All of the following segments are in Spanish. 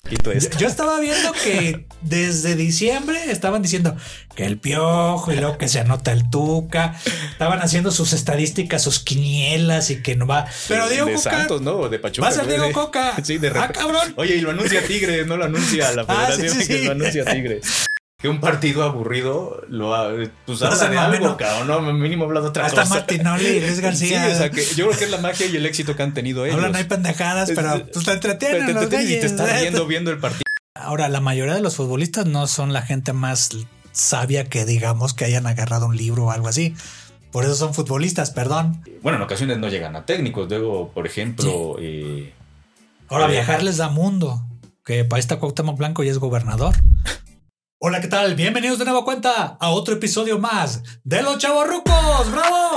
Yo estaba viendo que desde diciembre estaban diciendo que el Piojo y luego que se anota el Tuca. Estaban haciendo sus estadísticas, sus quinielas y que no va. Pero Diego de Coca. Santos, ¿no? O de Pachuca. Va a ser Diego Coca. Sí, de repente. Cabrón. Oye, y lo anuncia Tigres, no lo anuncia la Federación, sí. que lo anuncia Tigres. Que un partido aburrido pues habla de algo, cabrón, no, mínimo habla de otra cosa. Hasta Martinoli y Luis García. Sí, o sea, que yo creo que es la magia y el éxito que han tenido ellos. Hablan, hay pendejadas, pero pues te entretienen los güeyes. Y te estás viendo el partido. Ahora, la mayoría de los futbolistas no son la gente más sabia que digamos que hayan agarrado un libro o algo así. Por eso son futbolistas, perdón. Bueno, en ocasiones no llegan a técnicos. Luego, por ejemplo... Sí. Ahora, viajar les da mundo. Que para esta Cuauhtémoc Blanco ya es gobernador. Hola, ¿qué tal? Bienvenidos de nueva cuenta a otro episodio más de Los Chavorrucos. ¡Bravo!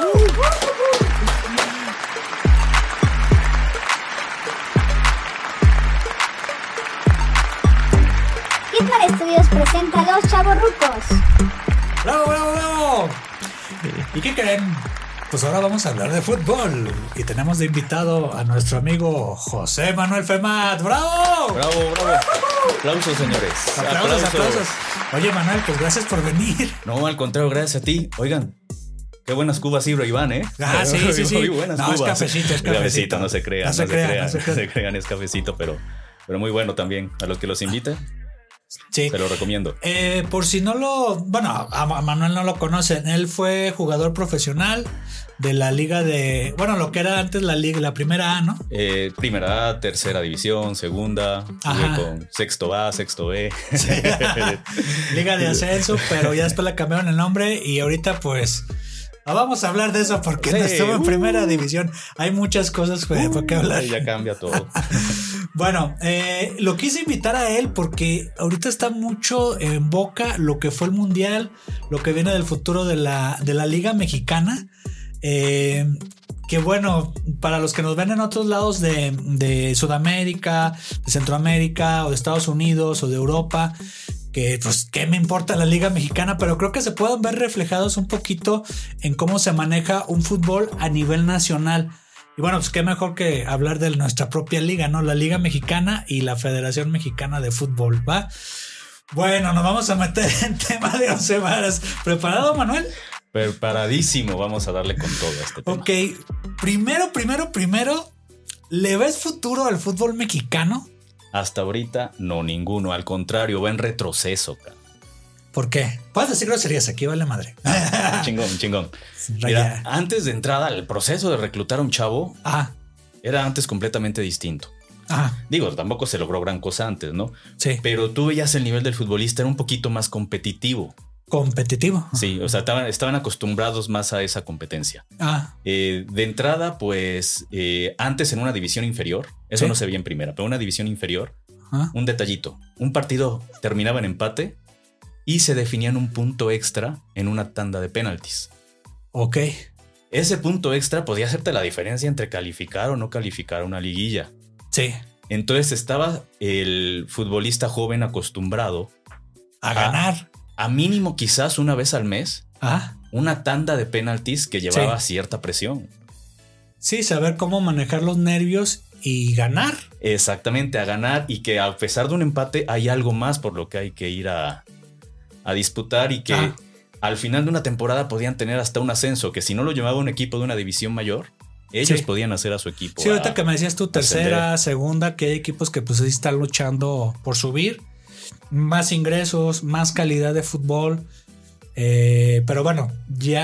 Hitman Studios presenta Los Chavorrucos. ¡Bravo, bravo, bravo! ¿Y qué creen? Pues ahora vamos a hablar de fútbol y tenemos de invitado a nuestro amigo José Manuel Femat. ¡Bravo! ¡Bravo, bravo! Aplausos, señores. Aplausos. Oye, Manuel, pues gracias por venir. No, al contrario, gracias a ti. Oigan, qué buenas cubas sirve Iván, ¿eh? Ah, sí. Muy buenas cubas. Es cafecito. No se crean, es cafecito, pero muy bueno también. A los que los invite. Sí. Te lo recomiendo. Por si no lo... Bueno, a Manuel no lo conocen. Él fue jugador profesional de la liga de... Bueno, lo que era antes la liga, la primera A, ¿no? Primera A, tercera división, segunda. Con sexto A, sexto B. Sí. Liga de ascenso, pero ya después le cambiaron el nombre y ahorita pues... Vamos a hablar de eso porque no estuvo en primera división. Hay muchas cosas por qué hablar. Ya cambia todo. Bueno, lo quise invitar a él porque ahorita está mucho en boca lo que fue el mundial, lo que viene del futuro de la Liga Mexicana. Que bueno, para los que nos ven en otros lados de Sudamérica, de Centroamérica o de Estados Unidos o de Europa, que pues qué me importa la Liga Mexicana, pero creo que se pueden ver reflejados un poquito en cómo se maneja un fútbol a nivel nacional. Y bueno, pues qué mejor que hablar de nuestra propia liga, ¿no? La Liga Mexicana y la Federación Mexicana de Fútbol, ¿va? Bueno, nos vamos a meter en tema de 11 varas. ¿Preparado, Manuel? Preparadísimo, vamos a darle con todo a este tema. Ok, primero, ¿le ves futuro al fútbol mexicano? Hasta ahorita, no, ninguno. Al contrario, va en retroceso, cara. ¿Por qué? Puedes decir groserías, aquí vale madre. Chingón. Mira, antes de entrada, el proceso de reclutar a un chavo era antes completamente distinto. Digo, tampoco se logró gran cosa antes, ¿no? Sí. Pero tú veías el nivel del futbolista era un poquito más competitivo. ¿Competitivo? Sí, o sea, estaban acostumbrados más a esa competencia. De entrada, pues, antes en una división inferior, eso no se veía en primera, pero una división inferior, un detallito. Un partido terminaba en empate y se definían un punto extra en una tanda de penaltis. Ok. Ese punto extra podía hacerte la diferencia entre calificar o no calificar a una liguilla. Sí. Entonces estaba el futbolista joven acostumbrado a ganar. A mínimo quizás una vez al mes. Una tanda de penaltis que llevaba cierta presión. Sí, saber cómo manejar los nervios y ganar. Exactamente, a ganar y que a pesar de un empate hay algo más por lo que hay que ir a disputar y que al final de una temporada podían tener hasta un ascenso, que si no lo llevaba un equipo de una división mayor, ellos podían hacer a su equipo. Sí, ahorita que me decías tú tercera, segunda, que hay equipos que pues sí están luchando por subir. Más ingresos, más calidad de fútbol. Pero bueno,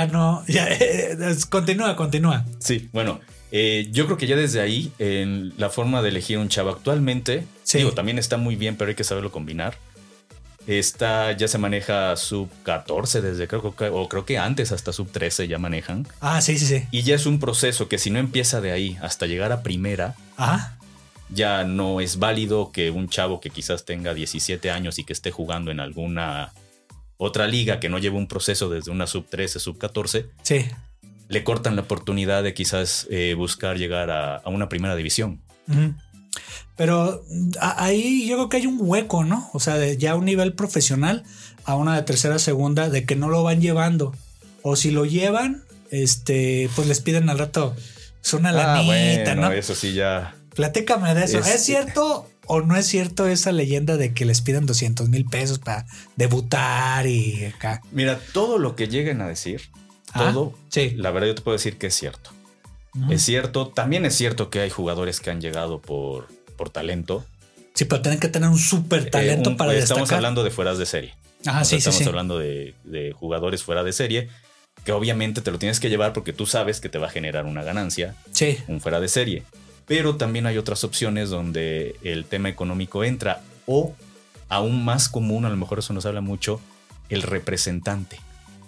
continúa. Sí, bueno, yo creo que ya desde ahí, en la forma de elegir un chavo actualmente, digo, también está muy bien, pero hay que saberlo combinar. Ya se maneja sub 14 desde creo que antes hasta sub 13 ya manejan. Sí. Y ya es un proceso que si no empieza de ahí hasta llegar a primera, ya no es válido que un chavo que quizás tenga 17 años y que esté jugando en alguna otra liga que no lleve un proceso desde una sub 13, sub 14, le cortan la oportunidad de quizás buscar llegar a una primera división. Pero ahí yo creo que hay un hueco, ¿no? O sea, de ya un nivel profesional a una de tercera, segunda, de que no lo van llevando. O si lo llevan, pues les piden al rato una lanita, bueno, ¿no? Eso sí ya... Platícame de eso. ¿Es cierto o no es cierto esa leyenda de que les piden 200,000 pesos para debutar y acá? Mira, todo lo que lleguen a decir, todo, sí. La verdad yo te puedo decir que es cierto. Es cierto. También es cierto que hay jugadores que han llegado por talento. Sí, pero tienen que tener un súper talento para destacar. Estamos hablando de fueras de serie. Estamos hablando de jugadores fuera de serie, que obviamente te lo tienes que llevar porque tú sabes que te va a generar una ganancia. Sí. Un fuera de serie. Pero también hay otras opciones donde el tema económico entra, o aún más común, a lo mejor eso nos habla mucho, el representante.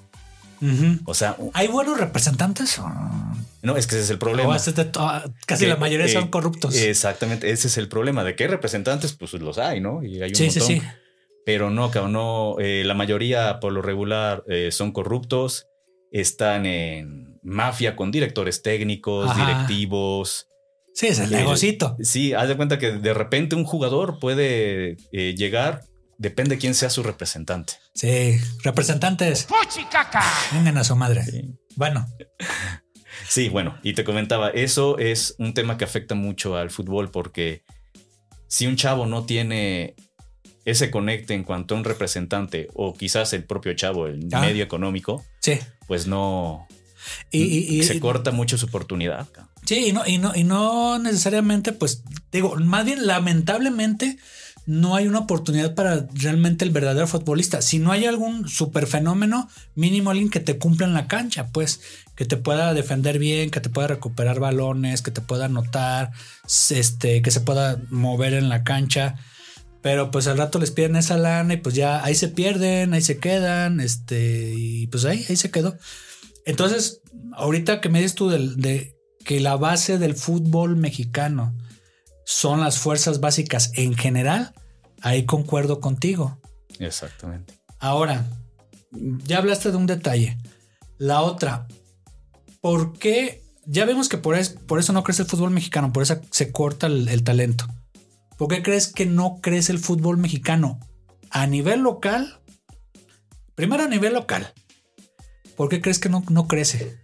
O sea, ¿hay buenos representantes? No, es que ese es el problema. Casi la mayoría son corruptos. Exactamente, ese es el problema. De que hay representantes, pues los hay, ¿no? Y hay un montón. Sí. Pero no, la mayoría por lo regular son corruptos, están en mafia con directores técnicos, directivos. Sí, es el negocito. Sí, haz de cuenta que de repente un jugador puede llegar, depende de quién sea su representante. Sí, representantes. ¡Fuchicaca! Vengan a su madre. Sí. Bueno. Sí, bueno, y te comentaba, eso es un tema que afecta mucho al fútbol, porque si un chavo no tiene ese conecte en cuanto a un representante, o quizás el propio chavo, el medio económico, pues no... se corta mucho su oportunidad. Sí, y no necesariamente, pues digo, más bien lamentablemente no hay una oportunidad para realmente el verdadero futbolista. Si no hay algún super fenómeno, mínimo alguien que te cumpla en la cancha, pues que te pueda defender bien, que te pueda recuperar balones, que te pueda anotar, que se pueda mover en la cancha. Pero pues al rato les piden esa lana y pues ya ahí se pierden, ahí se quedan, y pues ahí se quedó. Entonces, ahorita que me dices tú de que la base del fútbol mexicano son las fuerzas básicas en general, ahí concuerdo contigo. Exactamente. Ahora, ya hablaste de un detalle. La otra, ¿por qué? Ya vemos que por eso no crece el fútbol mexicano, por eso se corta el talento. ¿Por qué crees que no crece el fútbol mexicano a nivel local? Primero a nivel local. ¿Por qué crees que no crece?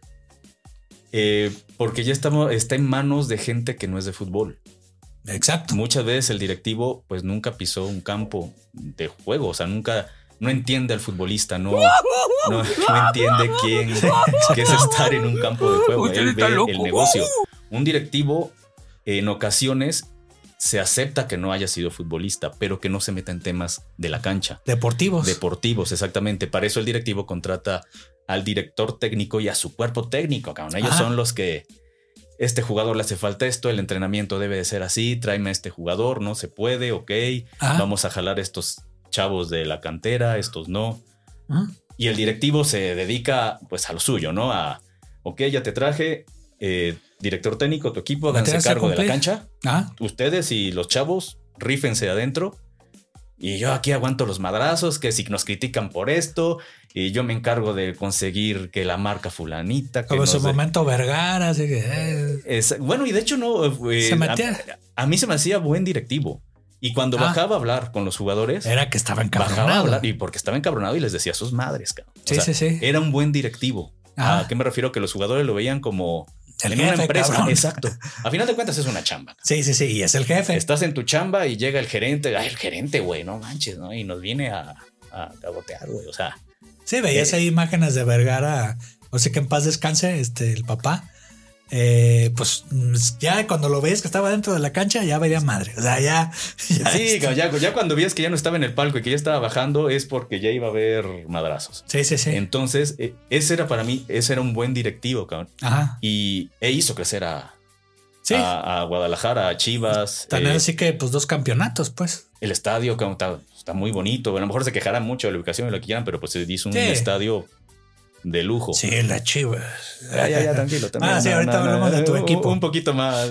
Porque ya está en manos de gente que no es de fútbol. Exacto. Muchas veces el directivo pues nunca pisó un campo de juego, o sea, no entiende al futbolista, no entiende qué es estar en un campo de juego. Él ve el negocio. Un directivo en ocasiones se acepta que no haya sido futbolista, pero que no se meta en temas de la cancha. Deportivos, exactamente. Para eso el directivo contrata al director técnico y a su cuerpo técnico, cabrón. Ellos son los que... Este jugador le hace falta esto, el entrenamiento debe de ser así, tráeme a este jugador, no se puede, ok. Vamos a jalar estos chavos de la cantera, estos no. Y el directivo se dedica pues a lo suyo, ¿no? Ok, ya te traje, director técnico, tu equipo, háganse cargo de la cancha. Ustedes y los chavos, rífense adentro. Y yo aquí aguanto los madrazos, que si nos critican por esto, y yo me encargo de conseguir que la marca fulanita... Que como su momento Vergara, así que... Bueno, y de hecho no... se metía. A mí se me hacía buen directivo. Y cuando bajaba a hablar con los jugadores... Era que estaba encabronado. Bajaba a hablar, y porque estaba encabronado y les decía a sus madres, cabrón. Sí. Era un buen directivo. ¿A qué me refiero? Que los jugadores lo veían como... En una empresa, cabrón. Exacto. A final de cuentas es una chamba. Sí, y es el jefe. Estás en tu chamba y llega el gerente. Ay, el gerente, güey, no manches, ¿no? Y nos viene a cagotear, güey, o sea. Sí, veías ahí imágenes de Vergara, o sea, que en paz descanse, el papá. Pues ya cuando lo ves que estaba dentro de la cancha, ya veía madre. O sea, ya sí, ya cuando vías que ya no estaba en el palco y que ya estaba bajando, es porque ya iba a haber madrazos. Sí. Entonces, ese era para mí, ese era un buen directivo, cabrón. E hizo crecer a Guadalajara, a Chivas. También así que, pues, 2 campeonatos, pues. El estadio, cabrón, está muy bonito. A lo mejor se quejarán mucho de la ubicación y lo que quieran, pero pues se hizo un estadio de lujo. Sí, la Chivas. Ya, tranquilo. También, sí, ahorita hablamos de tu equipo. Un poquito más.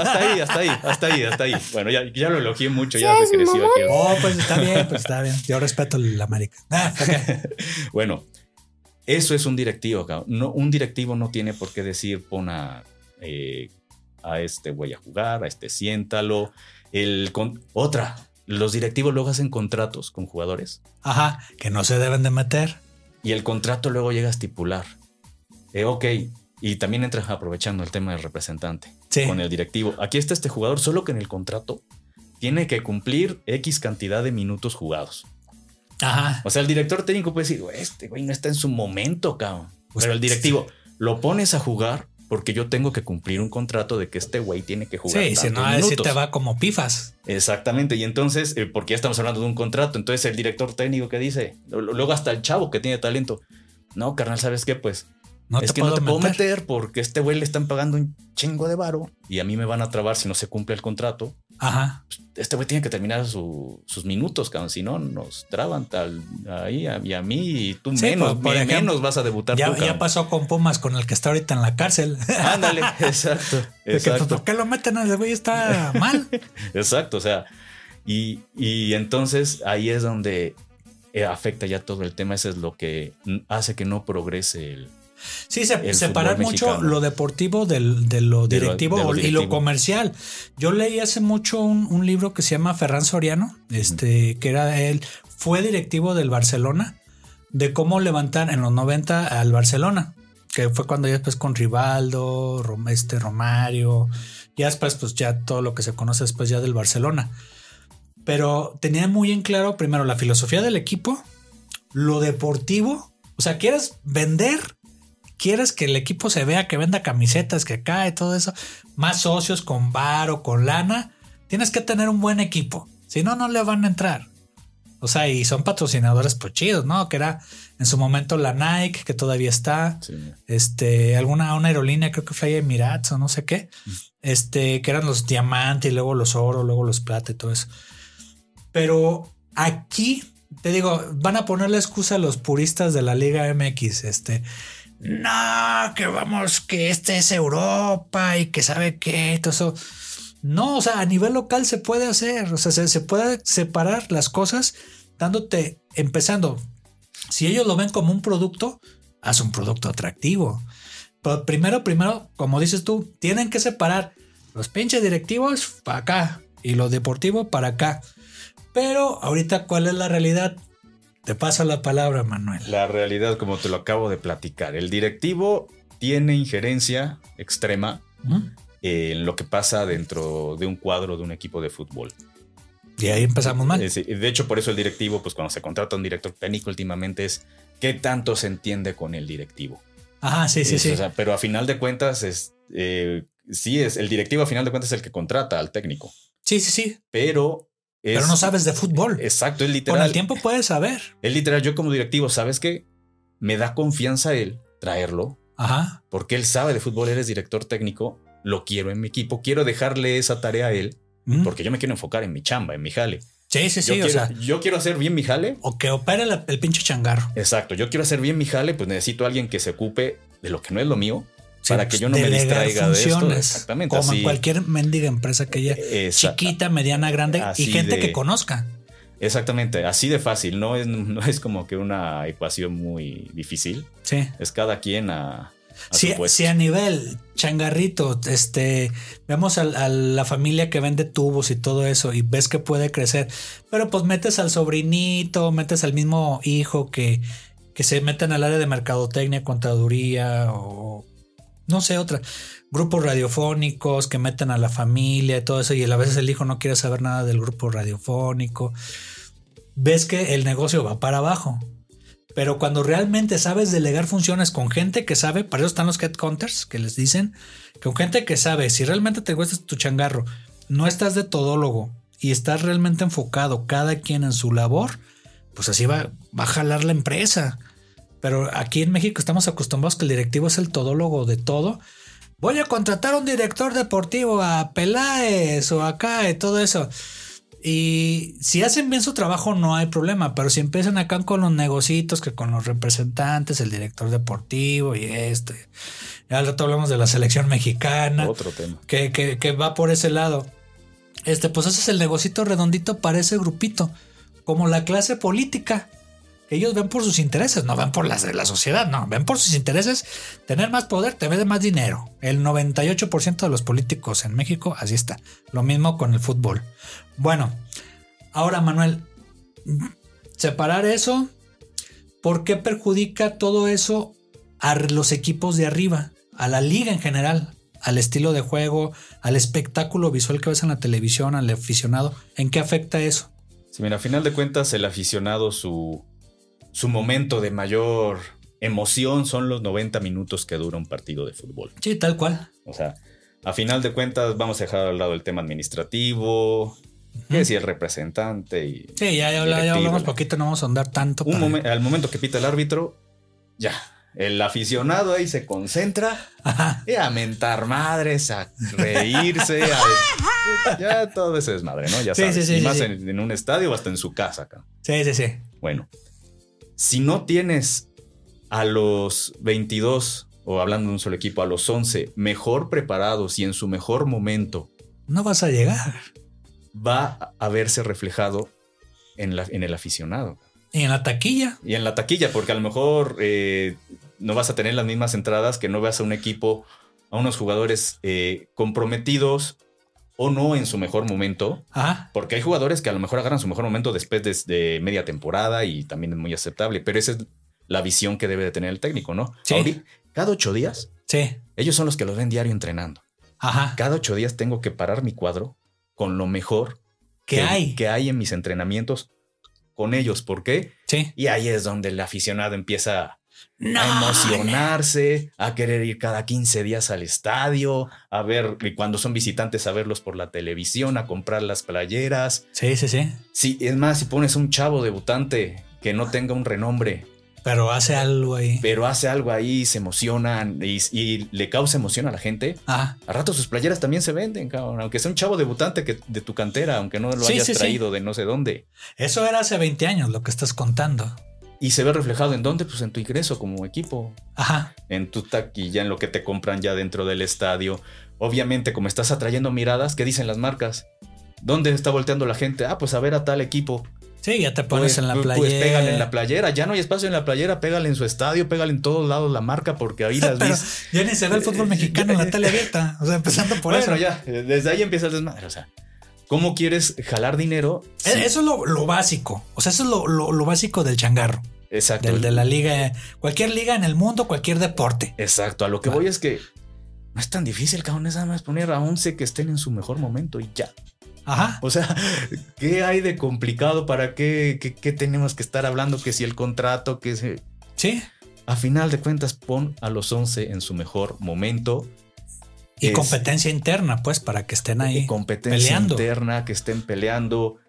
Hasta ahí. Bueno, ya lo elogié mucho, ya se creció aquí. Pues está bien. Yo respeto la América. Okay. Bueno, eso es un directivo, cabrón. No, un directivo no tiene por qué decir pon a este güey a jugar, a este siéntalo. Los directivos luego hacen contratos con jugadores. Que no se deben de meter. Y el contrato luego llega a estipular. Ok, Y también entra aprovechando el tema del representante sí. con el directivo. Aquí está este jugador, solo que en el contrato tiene que cumplir X cantidad de minutos jugados. Ajá. O sea, el director técnico puede decir, este güey no está en su momento, cabrón. Pero el directivo, lo pones a jugar porque yo tengo que cumplir un contrato de que este güey tiene que jugar. Sí, si no, a decir te va como pifas. Exactamente. Y entonces, porque ya estamos hablando de un contrato, entonces el director técnico que dice, luego hasta el chavo que tiene talento, no, carnal, ¿sabes qué? Pues no es que no te puedo meter porque a este güey le están pagando un chingo de varo y a mí me van a trabar si no se cumple el contrato. Ajá. Este güey tiene que terminar sus minutos, cabrón. Si no, nos traban ahí y a mí y tú sí, menos, por ejemplo, menos vas a debutar. Ya pasó con Pumas, con el que está ahorita en la cárcel. Ándale, exacto. Exacto. ¿Por qué lo meten? El güey está mal. Exacto, o sea, y entonces ahí es donde afecta ya todo el tema. Eso es lo que hace que no progrese el. Sí, separar mucho lo deportivo de lo directivo y lo comercial. Yo leí hace mucho un libro que se llama Ferran Soriano, que era él, fue directivo del Barcelona, de cómo levantar en los 90 al Barcelona, que fue cuando ya después con Rivaldo, Romario, ya después pues ya todo lo que se conoce después ya del Barcelona. Pero tenía muy en claro primero la filosofía del equipo, lo deportivo, o sea, quieres vender, quieres que el equipo se vea, que venda camisetas, que cae, todo eso, más socios con varo, con lana, tienes que tener un buen equipo, si no, no le van a entrar. O sea, y son patrocinadores pues chidos, ¿no? Que era en su momento la Nike, que todavía está, sí. Una aerolínea, creo que Fly Emirates o no sé qué, que eran los diamantes y luego los oro, luego los plata y todo eso. Pero aquí, te digo, van a poner la excusa a los puristas de la Liga MX, no, que vamos, que es Europa y que sabe qué, todo eso. No, o sea, a nivel local se puede hacer, o sea, se puede separar las cosas dándote, empezando, si ellos lo ven como un producto, haz un producto atractivo. Pero primero, como dices tú, tienen que separar los pinches directivos para acá y lo deportivo para acá. Pero ahorita, ¿cuál es la realidad? Te paso la palabra, Manuel. La realidad, como te lo acabo de platicar, el directivo tiene injerencia extrema en lo que pasa dentro de un cuadro de un equipo de fútbol. Y ahí empezamos mal. De hecho, por eso el directivo, pues cuando se contrata un director técnico últimamente es qué tanto se entiende con el directivo. Ajá, sí. O sea, pero a final de cuentas sí es el directivo, a final de cuentas es el que contrata al técnico. Sí. Pero no sabes de fútbol. Exacto, es literal. Con el tiempo puedes saber. Es literal, yo como directivo, ¿sabes qué? Me da confianza él traerlo. Ajá. Porque él sabe de fútbol, él es director técnico, lo quiero en mi equipo, quiero dejarle esa tarea a él, porque yo me quiero enfocar en mi chamba, en mi jale. Sí. Yo quiero hacer bien mi jale. O que opere el pinche changarro. Exacto, yo quiero hacer bien mi jale, pues necesito a alguien que se ocupe de lo que no es lo mío. Para que yo no me distraiga de esto. Exactamente. Como en cualquier mendiga empresa que haya, chiquita, mediana, grande, y gente que conozca. Exactamente, así de fácil. No es como que una ecuación muy difícil. Sí. Es cada quien a su puesto. Si a nivel changarrito, vemos a la familia que vende tubos y todo eso y ves que puede crecer, pero pues metes al sobrinito, metes al mismo hijo que se meten al área de mercadotecnia, contaduría o no sé, grupos radiofónicos que meten a la familia y todo eso, y a veces el hijo no quiere saber nada del grupo radiofónico. Ves que el negocio va para abajo. Pero cuando realmente sabes delegar funciones con gente que sabe, para eso están los headhunters, que les dicen, con gente que sabe, si realmente te gusta tu changarro, no estás de todólogo y estás realmente enfocado cada quien en su labor, pues así va a jalar la empresa. Pero aquí en México estamos acostumbrados que el directivo es el todólogo de todo. Voy a contratar a un director deportivo, a Peláez o acá y todo eso. Y si hacen bien su trabajo no hay problema, pero si empiezan acá con los negocitos, que con los representantes, el director deportivo y ya al rato hablamos de la selección mexicana. Otro tema. Que va por ese lado. Pues ese es el negocito redondito para ese grupito, como la clase política. Ellos ven por sus intereses, no ven por las de la sociedad, no, ven por sus intereses, tener más poder, tener más dinero. El 98% de los políticos en México, así está. Lo mismo con el fútbol. Bueno, ahora Manuel, separar eso, ¿por qué perjudica todo eso a los equipos de arriba? a la liga en general, al estilo de juego, al espectáculo visual que ves en la televisión, al aficionado? ¿En qué afecta eso? Sí, mira, a final de cuentas el aficionado, su momento de mayor emoción son los 90 minutos que dura un partido de fútbol. Sí, tal cual. O sea, a final de cuentas vamos a dejar al lado el tema administrativo, que si el representante y sí, ya hablamos poquito, no vamos a andar tanto. Al momento que pita el árbitro, ya, el aficionado ahí se concentra a mentar madres, a reírse, ya todo ese desmadre, ¿no? Ya sabes, y más en un estadio o hasta en su casa acá. Sí. Bueno, si no tienes a los 22, o hablando de un solo equipo, a los 11 mejor preparados y en su mejor momento, no vas a llegar. Va a verse reflejado en el aficionado. Y en la taquilla. Y en la taquilla, porque a lo mejor no vas a tener las mismas entradas que no veas a un equipo, a unos jugadores comprometidos o no en su mejor momento. Ajá. Porque hay jugadores que a lo mejor agarran su mejor momento después de media temporada y también es muy aceptable. Pero esa es la visión que debe de tener el técnico, ¿no? Sí. Ahorita, cada 8 días, ellos son los que los ven diario entrenando. Ajá. Cada 8 días tengo que parar mi cuadro con lo mejor que hay en mis entrenamientos con ellos. ¿Por qué? Sí. Y ahí es donde el aficionado empieza a emocionarse, a querer ir cada 15 días al estadio, a ver, y cuando son visitantes, a verlos por la televisión, a comprar las playeras. Sí. Sí, es más, si pones a un chavo debutante que no tenga un renombre, pero hace algo ahí, se emocionan y le causa emoción a la gente. A rato sus playeras también se venden, cabrón. Aunque sea un chavo debutante de tu cantera, aunque no lo hayas traído de no sé dónde. Eso era hace 20 años lo que estás contando. Y se ve reflejado ¿en dónde? Pues en tu ingreso como equipo. Ajá. En tu taquilla, en lo que te compran ya dentro del estadio. Obviamente, como estás atrayendo miradas, ¿qué dicen las marcas? ¿Dónde está volteando la gente? Pues a ver a tal equipo. Sí, ya te pones en la playera. Pues pégale en la playera. Ya no hay espacio en la playera, pégale en su estadio, pégale en todos lados la marca, porque ahí las ves. Ya ni se ve el fútbol mexicano en la tele abierta. O sea, empezando por eso. Bueno, ya, desde ahí empieza el desmadre. O sea, ¿cómo quieres jalar dinero? Eso es lo básico. O sea, eso es lo básico del changarro. Exacto. De la liga, cualquier liga en el mundo, cualquier deporte. Exacto. A lo que voy es que no es tan difícil, cabrón. Es nada más poner a 11 que estén en su mejor momento y ya. Ajá. O sea, ¿qué hay de complicado? ¿Para qué tenemos que estar hablando? Que si el contrato, que si... Sí. A final de cuentas, pon a los 11 en su mejor momento. Y competencia interna, pues, para que estén ahí competencia peleando. Interna, que estén peleando.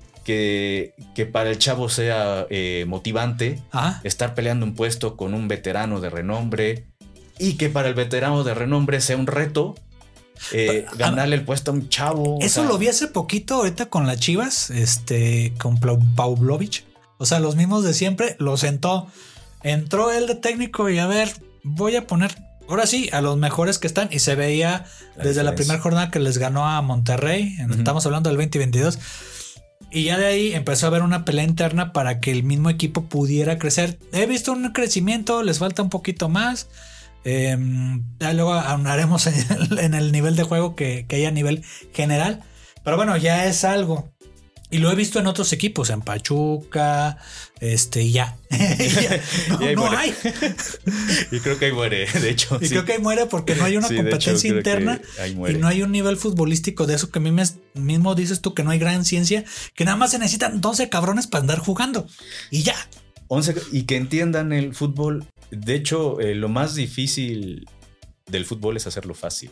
Que para el chavo sea motivante. Ajá. Estar peleando un puesto con un veterano de renombre. Y que para el veterano de renombre sea un reto. Ganarle el puesto a un chavo. Eso lo vi hace poquito ahorita con las Chivas, con Paunovic. O sea, los mismos de siempre, lo sentó. Entró él de técnico y a ver, voy a poner ahora sí a los mejores que están. Y se veía desde la primera jornada que les ganó a Monterrey. Estamos hablando del 2022. Y ya de ahí empezó a haber una pelea interna para que el mismo equipo pudiera crecer. He visto un crecimiento, les falta un poquito más. Ya luego aunaremos en el nivel de juego que hay a nivel general. Pero bueno, ya es algo. Y lo he visto en otros equipos, en Pachuca, ya. No hay. Y creo que ahí muere, de hecho. Y creo que ahí muere porque no hay una competencia interna y no hay un nivel futbolístico de eso que a mí mismo dices tú que no hay gran ciencia, que nada más se necesitan 12 cabrones para andar jugando. Y ya. 11 y que entiendan el fútbol. De hecho, lo más difícil del fútbol es hacerlo fácil.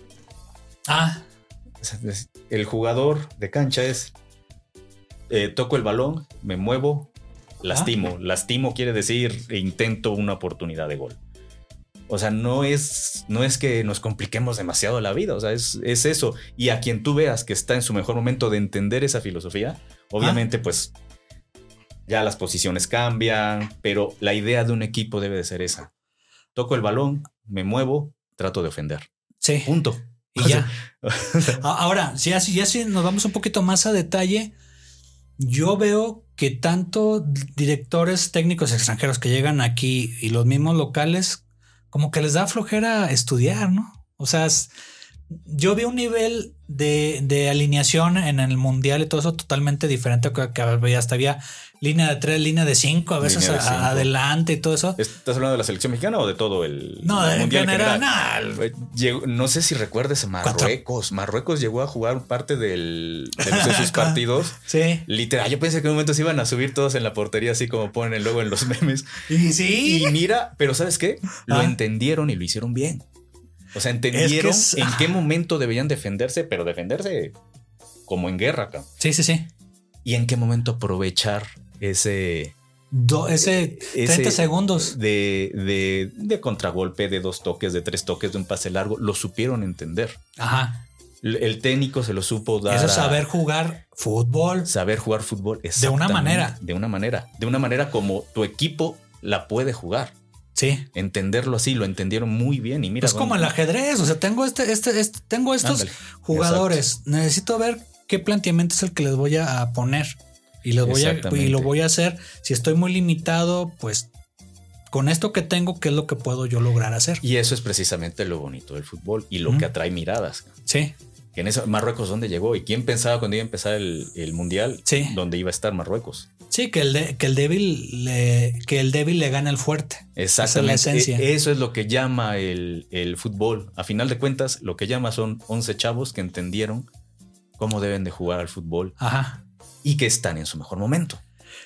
El jugador de cancha es toco el balón, me muevo, lastimo. Lastimo quiere decir intento una oportunidad de gol. O sea, no es que nos compliquemos demasiado la vida. O sea, es eso. Y a quien tú veas que está en su mejor momento de entender esa filosofía, obviamente pues ya las posiciones cambian, pero la idea de un equipo debe de ser esa. Toco el balón, me muevo, trato de ofender. Sí. Punto. Y ya. Ahora, si nos vamos un poquito más a detalle, yo veo que tanto directores técnicos extranjeros que llegan aquí y los mismos locales, como que les da flojera estudiar, ¿no? O sea, yo vi un nivel de alineación en el mundial y todo eso totalmente diferente, que hasta había línea de 3, línea de 5, a veces adelante y todo eso. ¿Estás hablando de la selección mexicana o de todo el mundial general? No sé si recuerdes Marruecos. Marruecos llegó a jugar parte de sus partidos. Sí. Literal, yo pensé que en un momento se iban a subir todos en la portería, así como ponen luego en los memes. Y sí. Y mira, pero ¿sabes qué? Lo entendieron y lo hicieron bien. O sea, entendieron en qué momento deberían defenderse, pero defenderse como en guerra acá. Sí. Y en qué momento aprovechar ese 30 segundos de contragolpe, de 2 toques, de 3 toques, de un pase largo. Lo supieron entender. Ajá. El técnico se lo supo dar. Eso es saber jugar fútbol. Saber jugar fútbol. De una manera. De una manera como tu equipo la puede jugar. Sí. Entenderlo así, lo entendieron muy bien. Y mira. Es como el ajedrez. O sea, tengo tengo estos jugadores. Exacto. Necesito ver qué planteamiento es el que les voy a poner. Y lo voy a hacer. Si estoy muy limitado, pues con esto que tengo, ¿qué es lo que puedo yo lograr hacer? Y eso es precisamente lo bonito del fútbol y lo que atrae miradas. Sí. Que en eso, Marruecos, ¿dónde llegó? ¿Y quién pensaba cuando iba a empezar el mundial? Sí. ¿Dónde iba a estar Marruecos? Sí, que el débil le gana al fuerte. Exactamente. Esa es la esencia. Eso es lo que llama el fútbol. A final de cuentas, lo que llama son 11 chavos que entendieron cómo deben de jugar al fútbol. Ajá. Y que están en su mejor momento.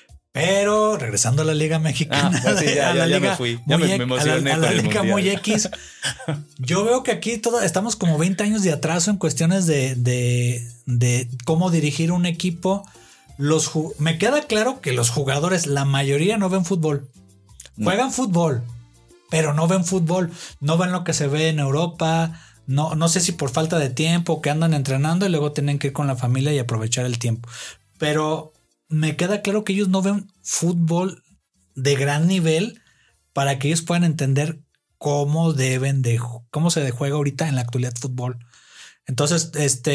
Pero regresando a la Liga Mexicana, ya me fui. Ya me emocioné a la con el Liga mundial. muy X. Yo veo que aquí estamos como 20 años de atraso en cuestiones de cómo dirigir un equipo. Me queda claro que los jugadores, la mayoría no ven fútbol. Juegan fútbol, pero no ven fútbol. No ven lo que se ve en Europa. No sé si por falta de tiempo, que andan entrenando y luego tienen que ir con la familia y aprovechar el tiempo. Pero me queda claro que ellos no ven fútbol de gran nivel para que ellos puedan entender cómo se juega ahorita en la actualidad fútbol. Entonces,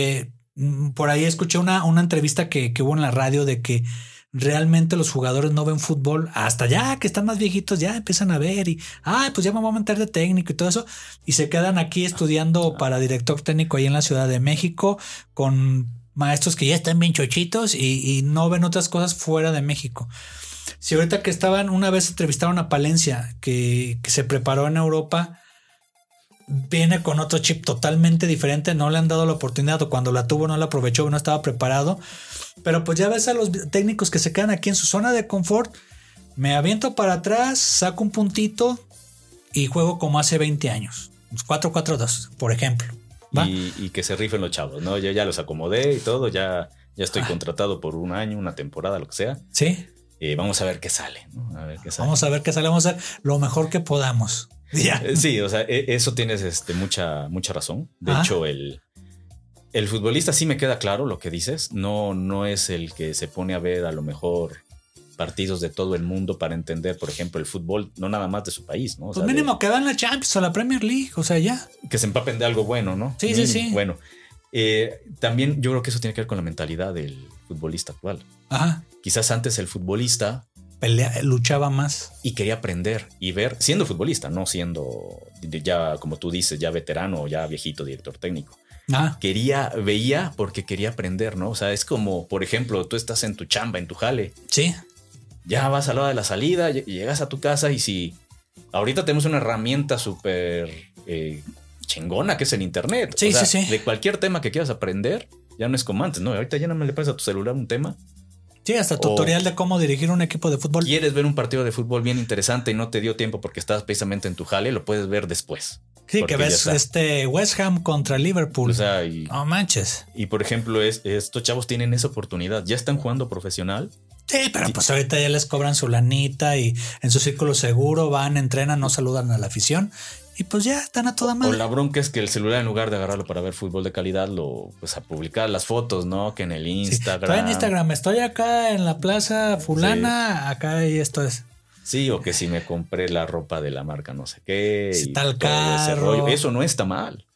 por ahí escuché una entrevista que hubo en la radio de que realmente los jugadores no ven fútbol hasta ya que están más viejitos, ya empiezan a ver y pues ya me voy a meter de técnico y todo eso, y se quedan aquí estudiando para director técnico ahí en la Ciudad de México con maestros que ya están bien chochitos y no ven otras cosas fuera de México. Si ahorita que una vez entrevistaron a Palencia, que se preparó en Europa, viene con otro chip totalmente diferente, no le han dado la oportunidad o cuando la tuvo no la aprovechó, no estaba preparado. Pero pues ya ves a los técnicos que se quedan aquí en su zona de confort, me aviento para atrás, saco un puntito y juego como hace 20 años, 4-4-2, por ejemplo. Y que se rifen los chavos, ¿no? Yo ya los acomodé y todo, ya estoy contratado por un año, una temporada, lo que sea. Sí. Vamos a ver qué sale, ¿no? Vamos a ver qué sale, vamos a hacer lo mejor que podamos. Sí, o sea, eso tienes mucha razón. De hecho, el futbolista sí me queda claro lo que dices. No es el que se pone a ver a lo mejor partidos de todo el mundo para entender, por ejemplo, el fútbol, no nada más de su país, ¿no? O pues mínimo que van la Champions o la Premier League, o sea, ya. Que se empapen de algo bueno, ¿no? Sí, mínimo. Sí. Bueno, también yo creo que eso tiene que ver con la mentalidad del futbolista actual. Ajá. Quizás antes el futbolista luchaba más y quería aprender y ver, siendo futbolista, no siendo ya, como tú dices, ya veterano o ya viejito director técnico. Veía porque quería aprender, ¿no? O sea, es como, por ejemplo, tú estás en tu chamba, en tu jale. Sí. Ya vas a la hora de la salida y llegas a tu casa y si ahorita tenemos una herramienta súper chingona que es el internet. Sí, o sea, sí. De cualquier tema que quieras aprender, ya no es como antes, ¿no? Ahorita ya no me le pones a tu celular un tema. Sí, hasta tutorial de cómo dirigir un equipo de fútbol. ¿Quieres ver un partido de fútbol bien interesante y no te dio tiempo porque estabas precisamente en tu jale? Lo puedes ver después. Sí, que ves West Ham contra Liverpool. O sea, no manches. Y por ejemplo, estos chavos tienen esa oportunidad. Ya están jugando profesional. Sí, pero pues ahorita ya les cobran su lanita y en su círculo seguro van, entrenan, no saludan a la afición y pues ya están a toda madre. O la bronca es que el celular, en lugar de agarrarlo para ver fútbol de calidad, pues a publicar las fotos, ¿no? Que en el Instagram. Sí, estoy en Instagram, estoy acá en la plaza fulana, acá y esto es. Sí, o que si me compré la ropa de la marca no sé qué. Si y tal carro. Eso no está mal.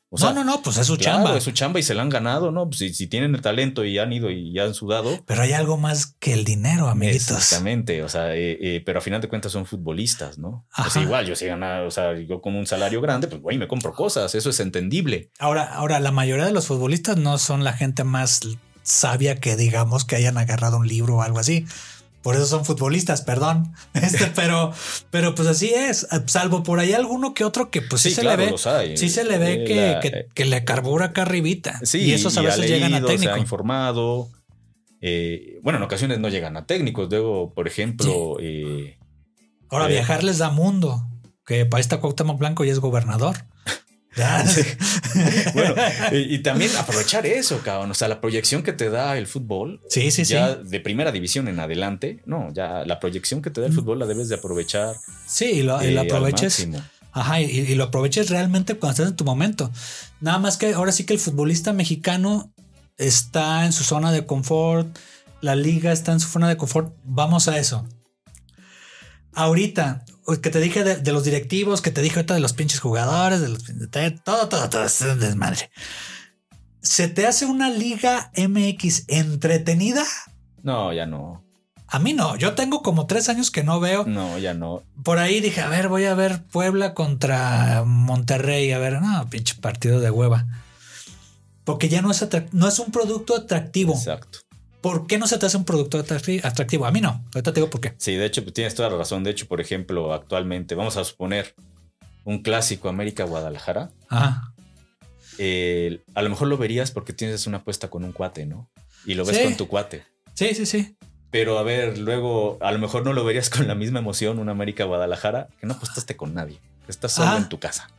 O sea, no, pues es su chamba. Es su chamba y se la han ganado, ¿no? Pues si tienen el talento y han ido y ya han sudado. Pero hay algo más que el dinero, amiguitos. Exactamente, o sea, pero a final de cuentas son futbolistas, ¿no? Pues igual, yo sí ganaba, o sea, yo con un salario grande, pues güey, me compro cosas, eso es entendible. Ahora, la mayoría de los futbolistas no son la gente más sabia que digamos que hayan agarrado un libro o algo así. Por eso son futbolistas, perdón. Pero pues así es. Salvo por ahí alguno que otro que pues sí se claro, le ve. Sí se le ve que le carbura acá arribita. Sí, y esos a veces llegan a técnico. Se ha informado. Bueno, en ocasiones no llegan a técnicos. Luego, por ejemplo. Sí. Ahora, viajar les da mundo. Que para esta Cuauhtémoc Blanco ya es gobernador. Sí. Bueno, y también aprovechar eso, cabrón. O sea, la proyección que te da el fútbol. Sí. Ya de primera división en adelante. No, ya la proyección que te da el fútbol la debes de aprovechar. Sí, y lo aproveches. Ajá, y lo aproveches realmente cuando estás en tu momento. Nada más que ahora sí que el futbolista mexicano está en su zona de confort. La liga está en su zona de confort. Vamos a eso. Ahorita, que te dije de los directivos, que te dije ahorita de los pinches jugadores, todo es un desmadre. ¿Se te hace una liga MX entretenida? No, ya no. A mí no. Yo tengo como 3 años que no veo. No, ya no. Por ahí dije, a ver, voy a ver Puebla contra Monterrey. A ver, no, pinche partido de hueva. Porque ya no es un producto atractivo. Exacto. ¿Por qué no se te hace un producto atractivo? A mí no. Ahorita te digo por qué. Sí, de hecho, pues tienes toda la razón. De hecho, por ejemplo, actualmente, vamos a suponer un clásico América-Guadalajara. Ajá. A lo mejor lo verías porque tienes una apuesta con un cuate, ¿no? Y lo ves con tu cuate. Sí. Pero a ver, luego a lo mejor no lo verías con la misma emoción un América-Guadalajara que no apostaste con nadie. Estás solo en tu casa.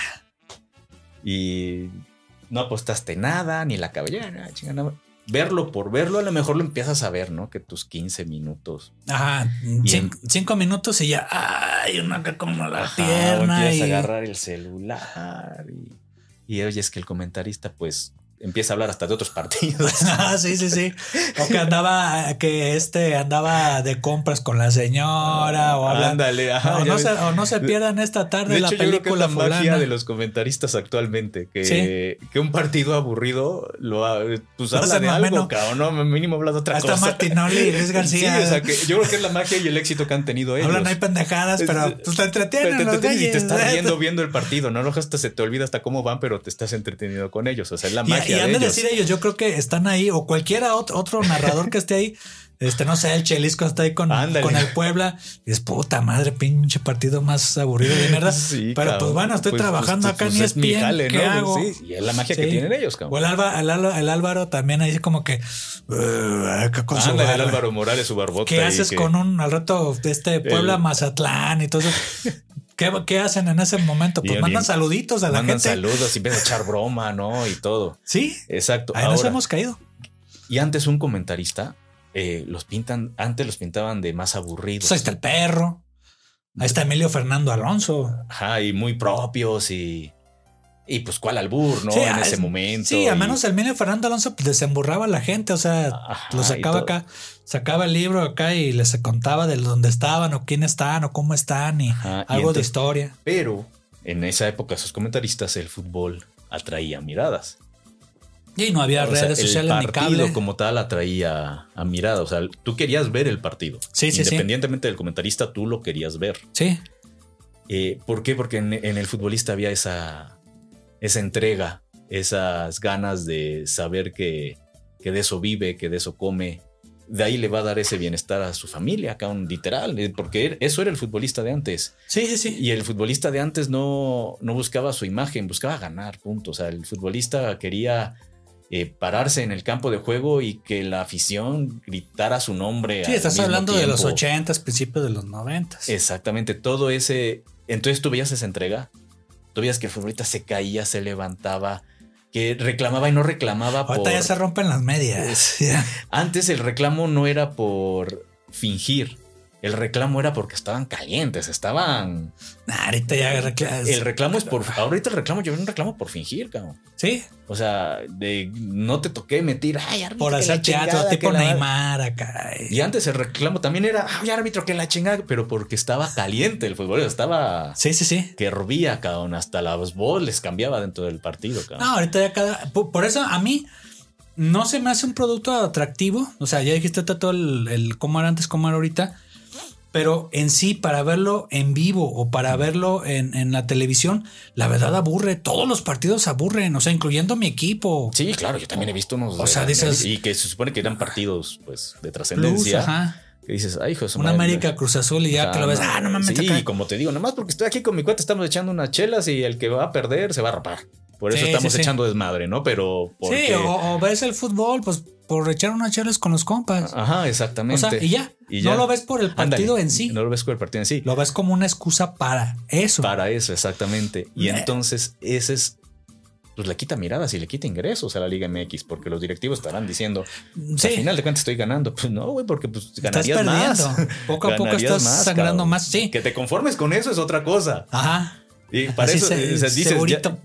Y no apostaste nada, ni la cabellera, chingada. Verlo por verlo, a lo mejor lo empiezas a ver, ¿no? Que tus 15 minutos. Ajá, 5 minutos y ya, ay, una que como la pierna. Empiezas a agarrar el celular y oyes que el comentarista, pues, empieza a hablar hasta de otros partidos. Sí. O que andaba de compras con la señora o hablando. Ándale, o no se pierdan esta tarde la película. Yo creo que es la magia de los comentaristas actualmente, que un partido aburrido pues habla de algo, cabrón, no, mínimo habla de otra cosa. Hasta Martinoli y Luis García. Sí, o sea, que yo creo que es la magia y el éxito que han tenido ellos. Hablan ahí pendejadas, pero pues te entretienen los güeyes. Y te estás viendo el partido, ¿no? Hasta se te olvida hasta cómo van, pero te estás entretenido con ellos. O sea, es la magia. Y han de decir ellos, yo creo que están ahí, o cualquiera otro narrador que esté ahí, no sé, el Chelisco está ahí con el Puebla, y es puta madre, pinche partido más aburrido de mierda. Sí, pero cabrón, pues bueno, estoy trabajando acá en ESPN, ¿qué hago? Sí, y es la magia que tienen ellos, cabrón. O el Álvaro también ahí como que con el Álvaro Morales, su barbota. ¿Qué haces con al rato Puebla Mazatlán y todo eso? ¿Qué hacen en ese momento? Pues mandan saluditos a la gente. Mandan saludos y empiezan a echar broma, ¿no? Y todo. Sí. Exacto. Ahí nos hemos caído. Y antes un comentarista los pintaban de más aburridos. Pues ahí está el perro. Ahí está Emilio Fernando Alonso. Ajá, y muy propios y pues cuál albur, ¿no? Sí, en ese momento. Sí, al menos Emilio Fernando Alonso pues, desemburraba a la gente, o sea, lo sacaba acá, sacaba el libro acá y les contaba de dónde estaban o quién están o cómo están y algo de historia. Pero en esa época, esos comentaristas, el fútbol atraía miradas. Y no había redes sociales ni cable. El partido como tal atraía a miradas, o sea, tú querías ver el partido. Sí, independientemente del comentarista, tú lo querías ver. Sí. ¿Por qué? Porque en el futbolista había esa entrega, esas ganas de saber que de eso vive, que de eso come. De ahí le va a dar ese bienestar a su familia, acá literal, porque eso era el futbolista de antes. Sí. Y el futbolista de antes no buscaba su imagen, buscaba ganar, punto. O sea, el futbolista quería pararse en el campo de juego y que la afición gritara su nombre. Sí, estás hablando de los 80s, principios de los 90s. Exactamente, todo ese. Entonces tú veías esa entrega. Tú veías que el futbolista se caía, se levantaba, que reclamaba y no reclamaba. Ahorita ya se rompen las medias. Antes el reclamo no era por fingir, el reclamo era porque estaban calientes, estaban... Ahorita ya el reclamo es por... Ahorita el reclamo, yo veo un reclamo por fingir, cabrón. Sí. O sea, de no te toqué meter, ay, árbitro, por hacer teatro, tipo Neymar acá. Y antes el reclamo también era, ay, árbitro, que la chingada, pero porque estaba caliente el fútbol, estaba... Sí. Que hervía, cabrón, hasta las voz les cambiaba dentro del partido, cabrón. No, ahorita ya por eso a mí no se me hace un producto atractivo. O sea, ya dijiste todo el cómo era antes, cómo era ahorita. Pero en sí, para verlo en vivo o para verlo en la televisión, la verdad aburre. Todos los partidos aburren, o sea, incluyendo mi equipo. Sí, claro, yo también he visto unos... O sea, dices... Y que se supone que eran partidos, pues, de trascendencia. Ajá. Que dices, ay, hijo de su madre. Una América ¿no? Cruz Azul y ya que lo ves, no mames. Sí, y como te digo, nomás porque estoy aquí con mi cuate, estamos echando unas chelas y el que va a perder se va a rapar. Por eso estamos echando desmadre, ¿no? Pero... Porque... Sí, o ves el fútbol, pues, por echar unas chelas con los compas. Ajá, exactamente. O sea, y ya. No lo ves por el partido en sí. No lo ves por el partido en sí. Lo ves como una excusa para eso. Para eso, exactamente. Y entonces ese es... Pues le quita miradas y le quita ingresos a la Liga MX, porque los directivos estarán diciendo, pues, al final de cuentas estoy ganando. Pues no, güey, porque pues ganarías más. Poco a poco estás sangrando más, sí. Que te conformes con eso es otra cosa. Ajá. Y para así eso dices,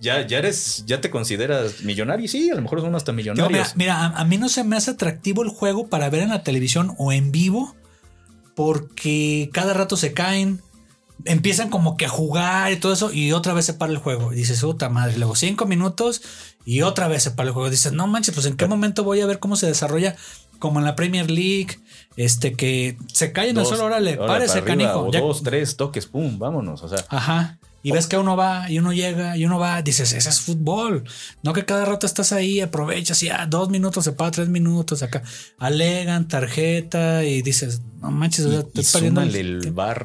ya te consideras millonario. Sí, a lo mejor son hasta millonarios. Mira, a mí no se me hace atractivo el juego para ver en la televisión o en vivo, porque cada rato se caen. Empiezan como que a jugar y todo eso y otra vez se para el juego. Y dices, puta madre, luego 5 minutos y otra vez se para el juego. Dices, no manches, pues en qué momento voy a ver cómo se desarrolla como en la Premier League, que se cae en el suelo, órale, párese, canijo. O 2, 3 toques, pum, vámonos. O sea. Ajá. Y ves que uno va y uno llega y uno va, dices, ese es fútbol. No que cada rato estás ahí, aprovechas y 2 minutos se para 3 minutos acá. Alegan, tarjeta y dices, no manches, estoy perdiendo el VAR.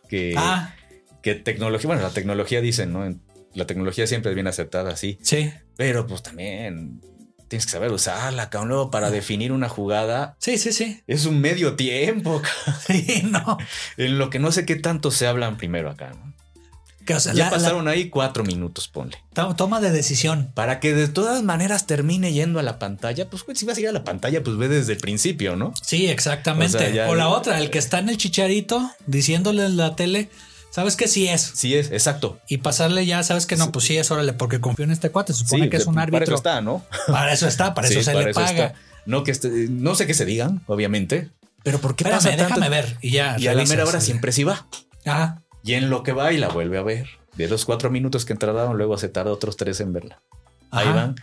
Que tecnología, bueno, la tecnología dicen, ¿no? La tecnología siempre es bien aceptada, sí. Sí. Pero pues también tienes que saber usarla, cabrón, luego para definir una jugada. Sí. Es un medio tiempo, cabrón. Sí, no. En lo que no sé qué tanto se hablan primero acá, ¿no? O sea, ya pasaron ahí 4 minutos, ponle. Toma de decisión. Para que de todas maneras termine yendo a la pantalla, pues güey, si vas a ir a la pantalla, pues ve desde el principio, ¿no? Sí, exactamente. O la otra, el que está en el chicharito diciéndole en la tele, ¿sabes que sí es? Sí es, exacto. Y pasarle ya, ¿sabes que no? Pues sí es, órale, porque confío en este cuate, se supone que es un árbitro. Para eso está, ¿no? Para eso está, para eso se le paga. No, no sé qué se digan, obviamente, pero ¿por qué pasa tanto? Déjame ver y ya. Y a la mera hora siempre sí va. Ajá. Y en lo que va y la vuelve a ver. De los 4 minutos que entraron, luego se tarda otros 3 en verla. Ajá. Ahí van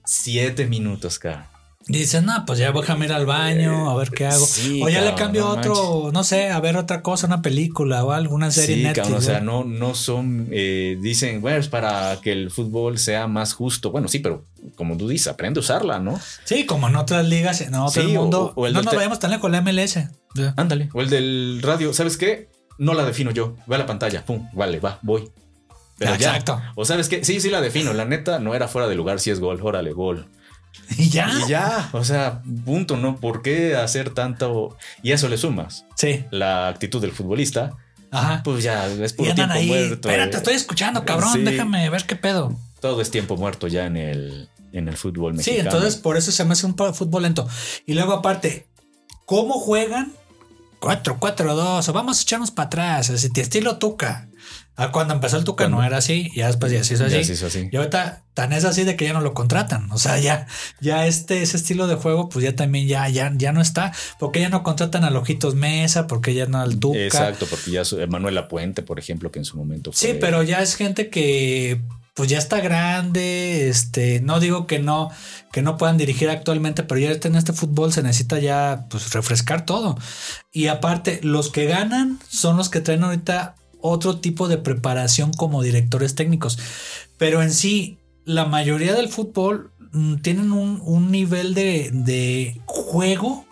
7 minutos, cara. Y dices, no, pues ya déjame ir al baño, a ver qué hago. Sí, o ya le cambio otro, no sé, a ver otra cosa, una película o alguna serie Netflix. Cabrón, o sea, no son, dicen, bueno, es para que el fútbol sea más justo. Bueno, sí, pero como tú dices, aprende a usarla, ¿no? Sí, como en otras ligas, en otro mundo. O no nos vayamos tan lejos con la MLS. Ándale. O el del radio, ¿sabes qué? No la defino yo. Ve a la pantalla. Pum, vale, va, voy. Pero exacto. Ya. O sabes qué, sí la defino. La neta no era fuera de lugar si es gol. Órale, gol. Y ya. O sea, punto, ¿no? ¿Por qué hacer tanto? Y a eso le sumas. Sí. La actitud del futbolista. Ajá. Pues ya es puro tiempo ahí. muerto. Espérate, estoy escuchando, cabrón. Sí. Déjame ver qué pedo. Todo es tiempo muerto ya en el fútbol mexicano. Sí, entonces por eso se me hace un fútbol lento. Y luego aparte, ¿cómo juegan? 4-4-2, o vamos a echarnos para atrás, así, estilo Tuca. Cuando empezó el Tuca no era así, ya después ya se hizo así. Y ahorita tan es así de que ya no lo contratan. O sea, ya ese estilo de juego, pues ya también ya no está. Porque ya no contratan a Ojitos Mesa, porque ya no al Tuca. Exacto, porque ya Manuel Lapuente, por ejemplo, que en su momento fue. Sí, pero ya es gente que pues ya está grande, no digo que no puedan dirigir actualmente, pero ya en este fútbol se necesita ya pues refrescar todo. Y aparte, los que ganan son los que traen ahorita otro tipo de preparación como directores técnicos. Pero en sí, la mayoría del fútbol tienen un nivel de juego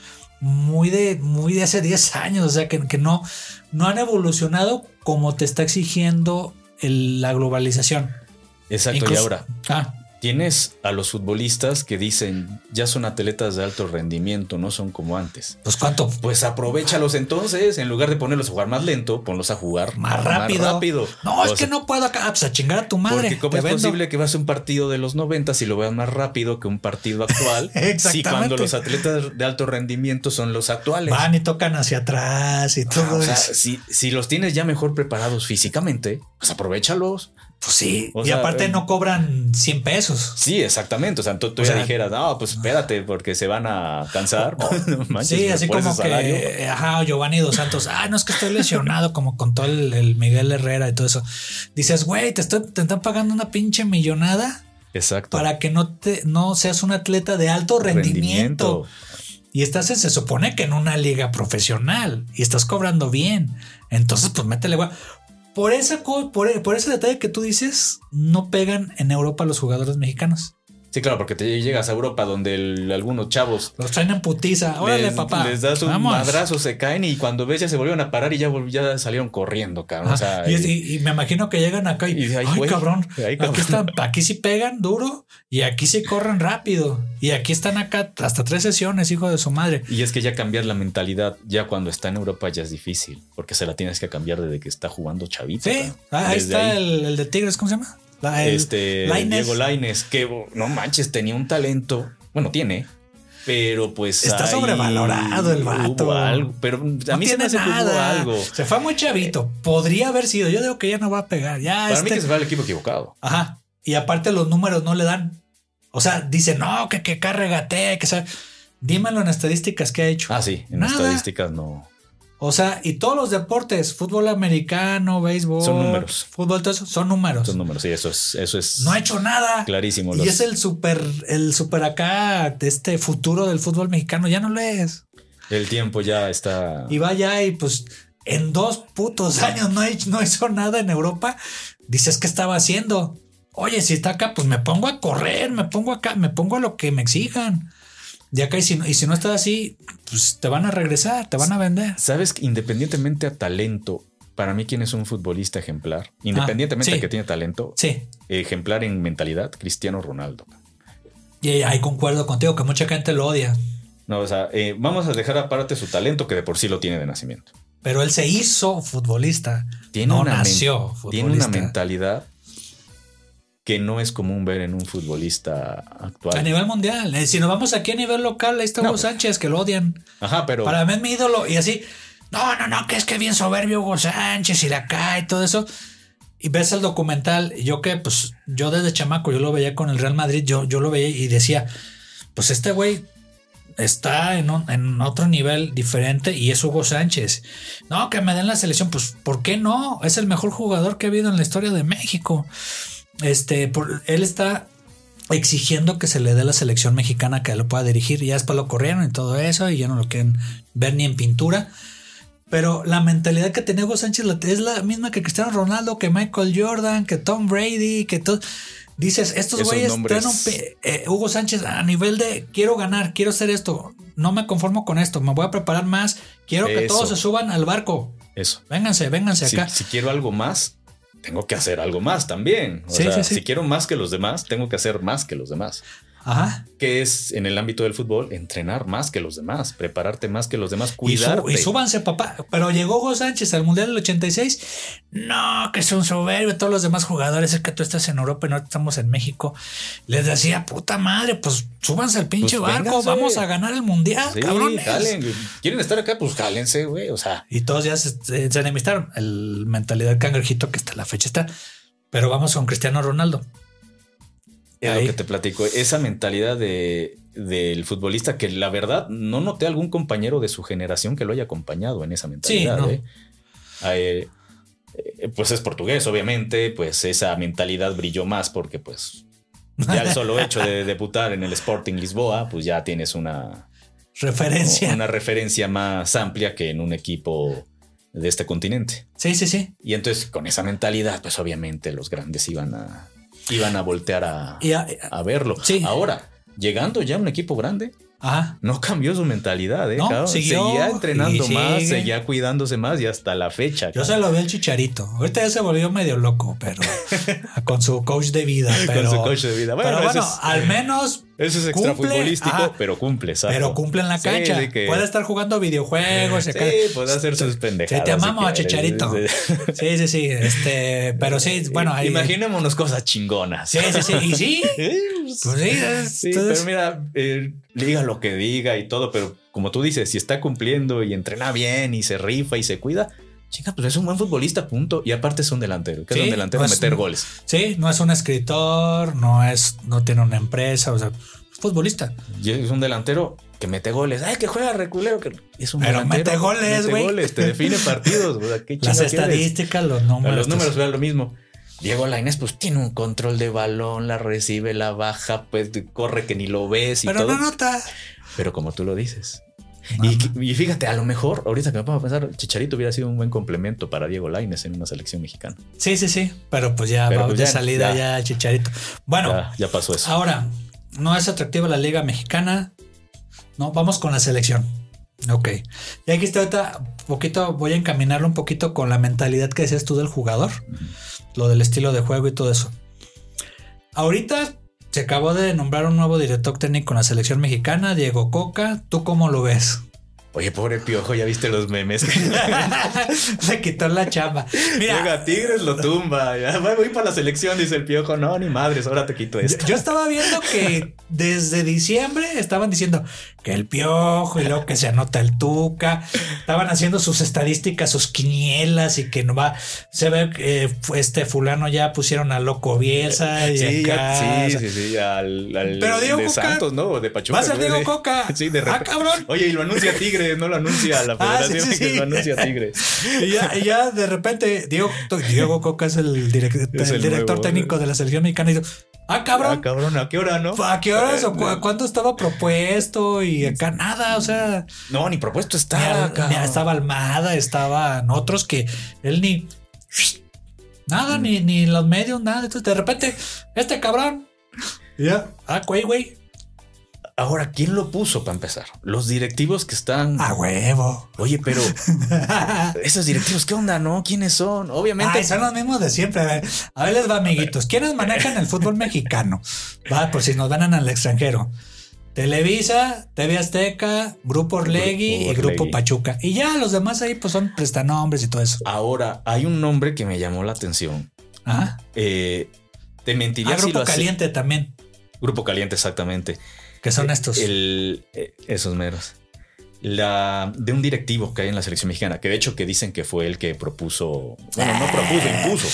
muy de hace 10 años, o sea que no han evolucionado como te está exigiendo la globalización. Exacto. Incluso, y ahora tienes a los futbolistas que dicen ya son atletas de alto rendimiento, no son como antes. Pues ¿cuánto? Pues aprovéchalos entonces, en lugar de ponerlos a jugar más lento, ponlos a jugar más rápido. No, es que no puedo acá, pues a chingar a tu madre. Porque cómo es posible que vas a un partido de los 90 y lo veas más rápido que un partido actual. Exactamente. Si cuando los atletas de alto rendimiento son los actuales. Van y tocan hacia atrás y todo eso. Si los tienes ya mejor preparados físicamente, pues aprovéchalos. Pues sí, y aparte no cobran 100 pesos. Sí, exactamente. O sea, tú ya dijeras, no, pues espérate, porque se van a cansar. No manches, sí, así como que, Giovanni Dos Santos, no es que estoy lesionado, como contó el Miguel Herrera y todo eso. Dices, güey, te están pagando una pinche millonada. Exacto. Para que no seas un atleta de alto rendimiento. Y se supone que en una liga profesional y estás cobrando bien. Entonces, pues métele, güey. Por ese detalle que tú dices, no pegan en Europa los jugadores mexicanos. Sí, claro, porque te llegas a Europa donde algunos chavos los traen en putiza. Órale, papá. Les das un madrazo, se caen y cuando ves ya se volvieron a parar y ya salieron corriendo, cabrón. O sea, y me imagino que llegan acá y ay, cabrón. Aquí sí pegan duro y aquí sí corren rápido. Y aquí están acá hasta 3 sesiones, hijo de su madre. Y es que ya cambiar la mentalidad ya cuando está en Europa ya es difícil, porque se la tienes que cambiar desde que está jugando chavito. Sí, ahí está el de Tigres, ¿cómo se llama? Diego Lainez, que no manches, tenía un talento, bueno, tiene, pero pues está sobrevalorado el vato. Pero a mí se me hace que hubo algo. Se fue muy chavito, podría haber sido. Yo digo que ya no va a pegar. Para mí que se va al equipo equivocado. Ajá. Y aparte los números no le dan. O sea, dice, no, que regatea, que sabe. Dímelo en estadísticas que ha hecho. Sí, en estadísticas no. O sea, y todos los deportes, fútbol americano, béisbol, son números. Fútbol, todo eso, son números. Son números, sí, eso es. No ha hecho nada. Clarísimo. Y es el super acá de este futuro del fútbol mexicano, ya no lo es. El tiempo ya está. Y vaya y pues en 2 putos años no hizo nada en Europa. Dices, ¿qué estaba haciendo? Oye, si está acá, pues me pongo a correr, me pongo a lo que me exijan. De acá, y si no está así, pues te van a regresar, te van a vender. Sabes que independientemente a talento, para mí, ¿quién es un futbolista ejemplar? Independientemente de que tiene talento, ejemplar en mentalidad, Cristiano Ronaldo. Y ahí concuerdo contigo, que mucha gente lo odia. No, o sea, vamos a dejar aparte su talento, que de por sí lo tiene de nacimiento. Pero él se hizo futbolista, nació futbolista. Tiene una mentalidad que no es común ver en un futbolista actual. A nivel mundial. Si nos vamos aquí a nivel local, ahí está Hugo Sánchez, que lo odian. Ajá, pero... Para mí es mi ídolo. Y así, no, que es que bien soberbio Hugo Sánchez y la cae y todo eso. Y ves el documental, yo desde chamaco, yo lo veía con el Real Madrid, yo lo veía y decía, pues este güey está en otro nivel diferente y es Hugo Sánchez. No, que me den la selección, pues ¿por qué no? Es el mejor jugador que ha habido en la historia de México. Él está exigiendo que se le dé la selección mexicana que lo pueda dirigir, y ya después lo corrieron y todo eso y ya no lo quieren ver ni en pintura. Pero la mentalidad que tenía Hugo Sánchez es la misma que Cristiano Ronaldo, que Michael Jordan, que Tom Brady, que todo. Dices, estos güeyes están Hugo Sánchez a nivel de quiero ganar, quiero hacer esto, no me conformo con esto, me voy a preparar más, quiero que todos se suban al barco. Eso. Vénganse acá. Si quiero algo más, tengo que hacer algo más también. O sea, si quiero más que los demás, tengo que hacer más que los demás. Ajá. Que es en el ámbito del fútbol, entrenar más que los demás, prepararte más que los demás, cuidarte. Y súbanse, papá. Pero llegó Hugo Sánchez al Mundial del 86. No, que es un soberbio. Todos los demás jugadores, es que tú estás en Europa y no estamos en México. Les decía, puta madre, pues súbanse al pinche barco. Vénganse. Vamos a ganar el Mundial, cabrones. Jalen. ¿Quieren estar acá? Pues jálense, güey. O sea. Y todos ya se enemistaron. El mentalidad cangrejito que hasta la fecha está. Pero vamos con Cristiano Ronaldo. Es lo que te platico, esa mentalidad del futbolista, que la verdad no noté algún compañero de su generación que lo haya acompañado en esa mentalidad. Sí, no. Pues es portugués, obviamente, pues esa mentalidad brilló más porque pues ya el solo hecho de debutar en el Sporting Lisboa, pues ya tienes una referencia más amplia que en un equipo de este continente. Sí. Y entonces con esa mentalidad, pues obviamente los grandes iban a voltear a verlo. Sí. Ahora, llegando ya a un equipo grande, Ajá. No cambió su mentalidad, no, cabrón. Seguía entrenando más, sigue. seguía cuidándose más y hasta la fecha. Yo se lo vi al Chicharito. Ahorita ya se volvió medio loco, pero con su coach de vida. Pero, con su coach de vida. Bueno, al menos. Eso es extrafutbolístico, pero cumple, ¿sabes? Pero cumple en la cancha. Sí, puede estar jugando videojuegos. Sí, puede hacer sus pendejadas. Te amamos a Chicharito. Sí. Pero sí, bueno. Ahí, imaginémonos cosas chingonas. Sí. Y sí. Pues sí, pero mira, diga lo que diga y todo, pero como tú dices, si está cumpliendo y entrena bien y se rifa y se cuida, chica, pues es un buen futbolista, punto. Y aparte es un delantero. ¿Qué es un delantero? No meter goles. Sí, no es un escritor, no tiene una empresa, o sea, es futbolista. Y es un delantero que mete goles. Ay, que juega reculero. Que es un pero delantero. Mete goles, güey. Te define partidos. O sea, ¿qué las estadísticas, los números. Los números vean lo mismo. Diego Lainez pues tiene un control de balón, la recibe, la baja, pues corre que ni lo ves y pero todo. Pero no nota. Pero como tú lo dices. Y fíjate, a lo mejor, ahorita que me pongo a pensar, Chicharito hubiera sido un buen complemento para Diego Lainez en una selección mexicana. Sí. Pero pues ya va de salida ya Chicharito. Bueno, ya pasó eso. Ahora, no es atractiva la Liga Mexicana. No, vamos con la selección. Ok. Y aquí está ahorita poquito, voy a encaminarlo un poquito con la mentalidad que decías tú del jugador. Lo del estilo de juego y todo eso. Ahorita se acabó de nombrar un nuevo director técnico en la selección mexicana, Diego Coca. ¿Tú cómo lo ves? Oye, pobre Piojo, ¿ya viste los memes? Le quitó la chamba. Mira, llega Tigres, lo tumba. Ya voy para la selección, dice el Piojo. No, ni madres, ahora te quito esto. Yo estaba viendo que desde diciembre estaban diciendo que el Piojo y luego que se anota el Tuca. Estaban haciendo sus estadísticas, sus quinielas y que no va. Se ve que fulano ya pusieron a Loco Bielsa. Y sí, acá, sí. Al pero Diego de Coca, Santos, ¿no? De Pachuca. Va a ser Diego Coca. Sí, de repente. Cabrón. Oye, y lo anuncia Tigres. No lo anuncia la federación, que lo anuncia Tigres. Y ya de repente Diego Coca es el director técnico de la selección mexicana. Y digo, cabrón, ¿a qué hora, no? ¿A qué horas o cuándo estaba propuesto? Y acá nada, o sea. No, ni propuesto estaba. Estaba Almada, estaban otros que él ni nada, ni los medios, nada. Entonces de repente, cabrón. Ya. Güey. Ahora, ¿quién lo puso para empezar? Los directivos que están... ¡A huevo! Oye, pero... esos directivos, ¿qué onda, no? ¿Quiénes son? Obviamente... son los mismos de siempre. A ver, les va, amiguitos. ¿Quiénes manejan el fútbol mexicano? Va, por si nos van al extranjero. Televisa, TV Azteca, Grupo Orlegui y Grupo Pachuca. Y ya los demás ahí pues son prestanombres y todo eso. Ahora, hay un nombre que me llamó la atención. ¿Ah? Te mentiría si Grupo Caliente también. Grupo Caliente, exactamente. ¿Qué son estos? Esos meros. De un directivo que hay en la selección mexicana, que de hecho que dicen que fue el que propuso. Bueno, no propuso, impuso.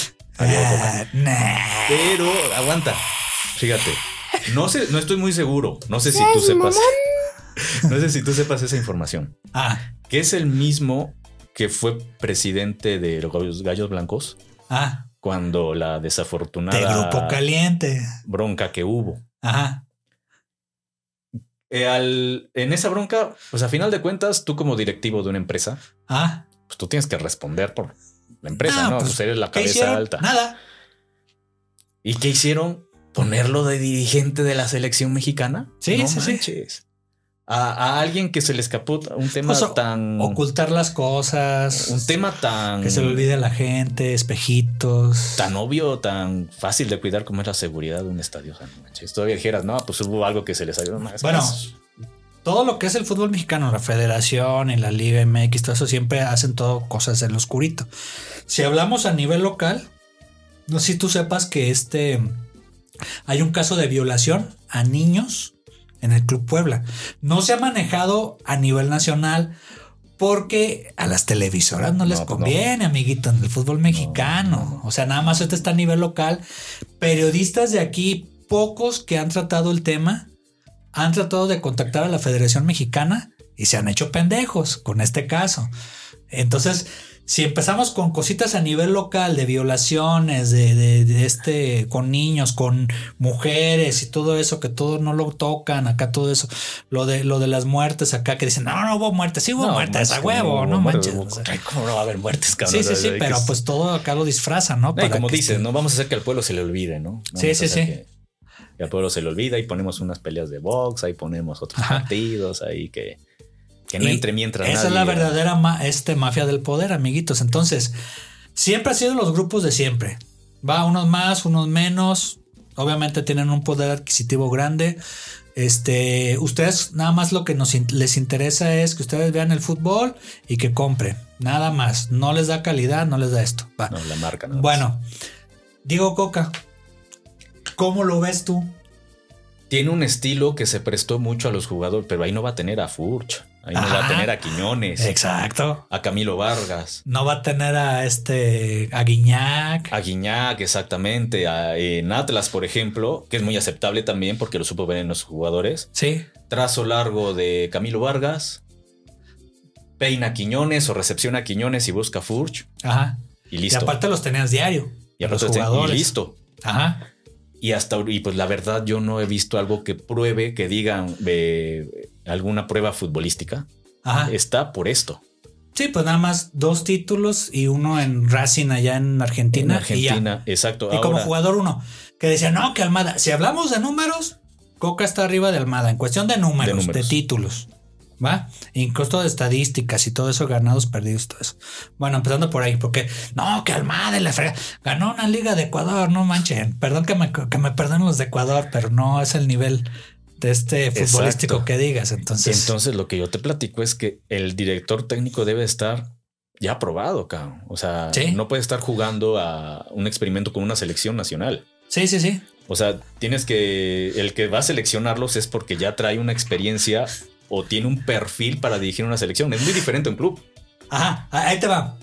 Pero aguanta. Fíjate. No estoy muy seguro. No sé si tú sepas. No sé si tú sepas esa información. Que es el mismo que fue presidente de los Gallos Blancos. Cuando la desafortunada. De Grupo Caliente. Bronca que hubo. Ajá. En esa bronca, pues a final de cuentas, tú como directivo de una empresa, pues tú tienes que responder por la empresa, ¿no? Pues eres la cabeza alta. Nada. ¿Y qué hicieron? ¿Ponerlo de dirigente de la selección mexicana? Sí, no sí, manches. Sí. A alguien que se le escapó un tema tan... Ocultar las cosas. Un tema tan... Que se le olvide a la gente, espejitos. Tan obvio, tan fácil de cuidar como es la seguridad de un estadio. O sea, no manches. Todavía dijeras, no, pues hubo algo que se les salió. Bueno, todo lo que es el fútbol mexicano, la federación y la Liga MX, todo eso siempre hacen todo cosas en lo oscurito. Si hablamos a nivel local, no sé si tú sepas que hay un caso de violación a niños en el Club Puebla. No se ha manejado a nivel nacional porque a las televisoras no les conviene, amiguito, en el fútbol mexicano. O sea, nada más esto está a nivel local. Periodistas de aquí, pocos que han tratado el tema, han tratado de contactar a la Federación Mexicana y se han hecho pendejos con este caso. Entonces, si empezamos con cositas a nivel local de violaciones, con niños, con mujeres y todo eso, que todo no lo tocan, acá todo eso, lo de las muertes acá, que dicen, no hubo muertes, sí hubo muertes, a huevo, no manches. ¿Cómo no va a haber muertes, cabrón? Sí, pero pues todo acá lo disfrazan, ¿no? Y como dices, no vamos a hacer que al pueblo se le olvide, ¿no? Sí. Y al pueblo se le olvida y ponemos unas peleas de box, ahí ponemos otros partidos, ahí que no entre mientras esa nadie... es la verdadera mafia del poder, amiguitos. Entonces, siempre ha sido los grupos de siempre. Va unos más, unos menos. Obviamente tienen un poder adquisitivo grande. Ustedes nada más lo que les interesa es que ustedes vean el fútbol y que compren. Nada más. No les da calidad, no les da esto. Va. No, la marca no. Bueno, Diego Coca, ¿cómo lo ves tú? Tiene un estilo que se prestó mucho a los jugadores, pero ahí no va a tener a Furch. Ahí no va a tener a Quiñones. Exacto. A Camilo Vargas. No va a tener a Guiñac. A Guiñac, exactamente. En Atlas, por ejemplo, que es muy aceptable también porque lo supo ver en los jugadores. Sí. Trazo largo de Camilo Vargas. Peina a Quiñones o recepciona a Quiñones y busca a Furch. Ajá. Y listo. Y aparte los tenías diario. Y aparte los jugadores. Y listo. Ajá. Y pues la verdad yo no he visto algo que pruebe, que digan alguna prueba futbolística. Ajá. Está por esto. Sí, pues nada más 2 títulos y uno en Racing allá en Argentina. En Argentina, exacto. Y ahora, como jugador uno, que decía, no, que Almada, si hablamos de números, Coca está arriba de Almada, en cuestión de números. De títulos. ¿Va? Incluso de estadísticas y todo eso, ganados, perdidos, todo eso. Bueno, empezando por ahí, porque no, que Almada le frega. Ganó una liga de Ecuador, no manchen. Perdón que me perdonen los de Ecuador, pero no es el nivel de futbolístico. Exacto. Que digas. Entonces lo que yo te platico es que el director técnico debe estar ya aprobado, cabrón. O sea, ¿sí? No puede estar jugando a un experimento con una selección nacional. Sí. O sea, el que va a seleccionarlos es porque ya trae una experiencia o tiene un perfil para dirigir una selección. Es muy diferente a un club. Ajá, ahí te va.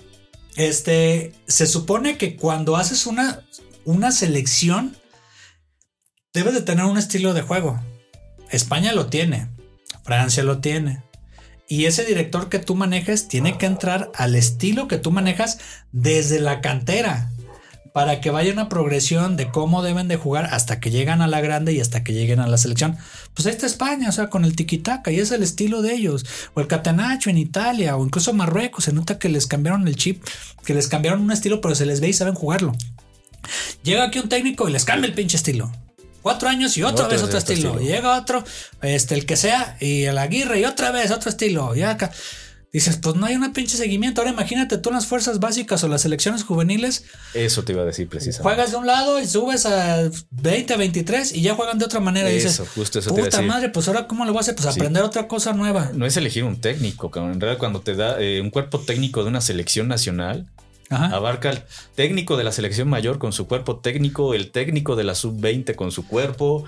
Se supone que cuando haces una selección, debes de tener un estilo de juego. España lo tiene, Francia lo tiene. Y ese director que tú manejes tiene que entrar al estilo que tú manejas desde la cantera, para que vaya una progresión de cómo deben de jugar hasta que llegan a la grande y hasta que lleguen a la selección. Pues ahí está España, o sea, con el tiki-taka, y es el estilo de ellos. O el catenaccio en Italia, o incluso Marruecos, se nota que les cambiaron el chip, que les cambiaron un estilo, pero se les ve y saben jugarlo. Llega aquí un técnico y les cambia el pinche estilo. 4 años y otra vez otro estilo. Y llega otro, el que sea, y el Aguirre y otra vez otro estilo. Y acá dices, pues no hay un pinche seguimiento. Ahora imagínate tú en las fuerzas básicas o las selecciones juveniles. Eso te iba a decir precisamente. Juegas de un lado y subes a 20, 23 y ya juegan de otra manera. Eso, dices, justo eso te iba a decir. Puta madre, pues ahora ¿cómo lo voy a hacer? Pues aprender otra cosa nueva. No es elegir un técnico, cabrón. En realidad cuando te da un cuerpo técnico de una selección nacional, abarca el técnico de la selección mayor con su cuerpo técnico, el técnico de la sub-20 con su cuerpo,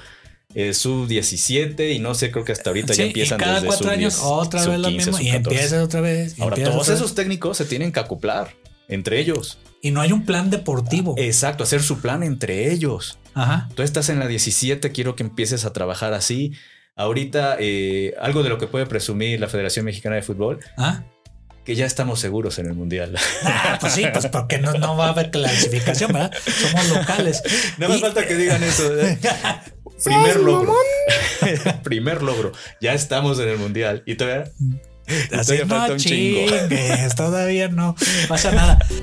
sub-17 y no sé, creo que hasta ahorita ya empiezan y cada desde 4 años otra vez lo mismo y empiezas otra vez. Ahora todos esos técnicos se tienen que acoplar entre ellos. Y no hay un plan deportivo. Exacto, hacer su plan entre ellos. Ajá. Tú estás en la 17, quiero que empieces a trabajar así. Ahorita, algo de lo que puede presumir la Federación Mexicana de Fútbol, que ya estamos seguros en el Mundial. Pues sí, pues porque no va a haber clasificación, ¿verdad? Somos locales. No me falta que digan eso. Primer logro. Primer logro. Ya estamos en el Mundial. Y todavía falta un chingo. Todavía no pasa nada.